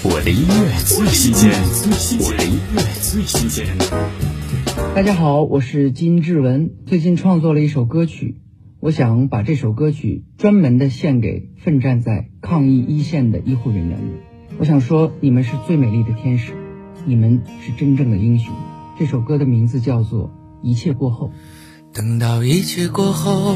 我的音乐最新鲜，我的音乐最新鲜。 大家好，我是金志文。最近创作了一首歌曲，我想把这首歌曲专门的献给奋战在抗疫一线的医护人员们。我想说，你们是最美丽的天使，你们是真正的英雄。这首歌的名字叫做《一切过后》。 等到一切过后，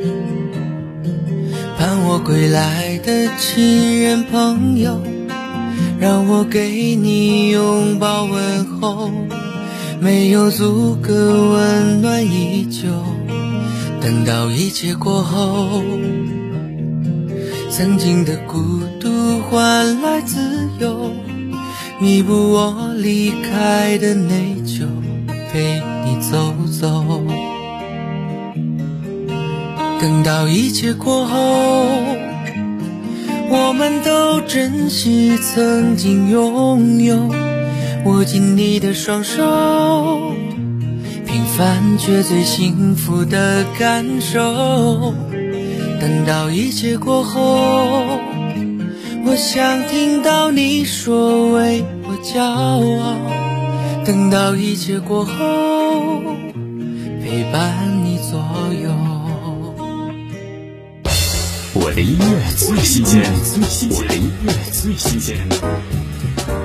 盼我归来的亲人朋友，让我给你拥抱问候，没有阻隔，温暖依旧。等到一切过后，曾经的孤独换来自由，弥补我离开的内疚，陪你走走。等到一切过后，我们都珍惜曾经拥有，握紧你的双手，平凡却最幸福的感受。等到一切过后，我想听到你说为我骄傲。等到一切过后，陪伴你左右。 我的音乐最新鲜，我的音乐最新鲜。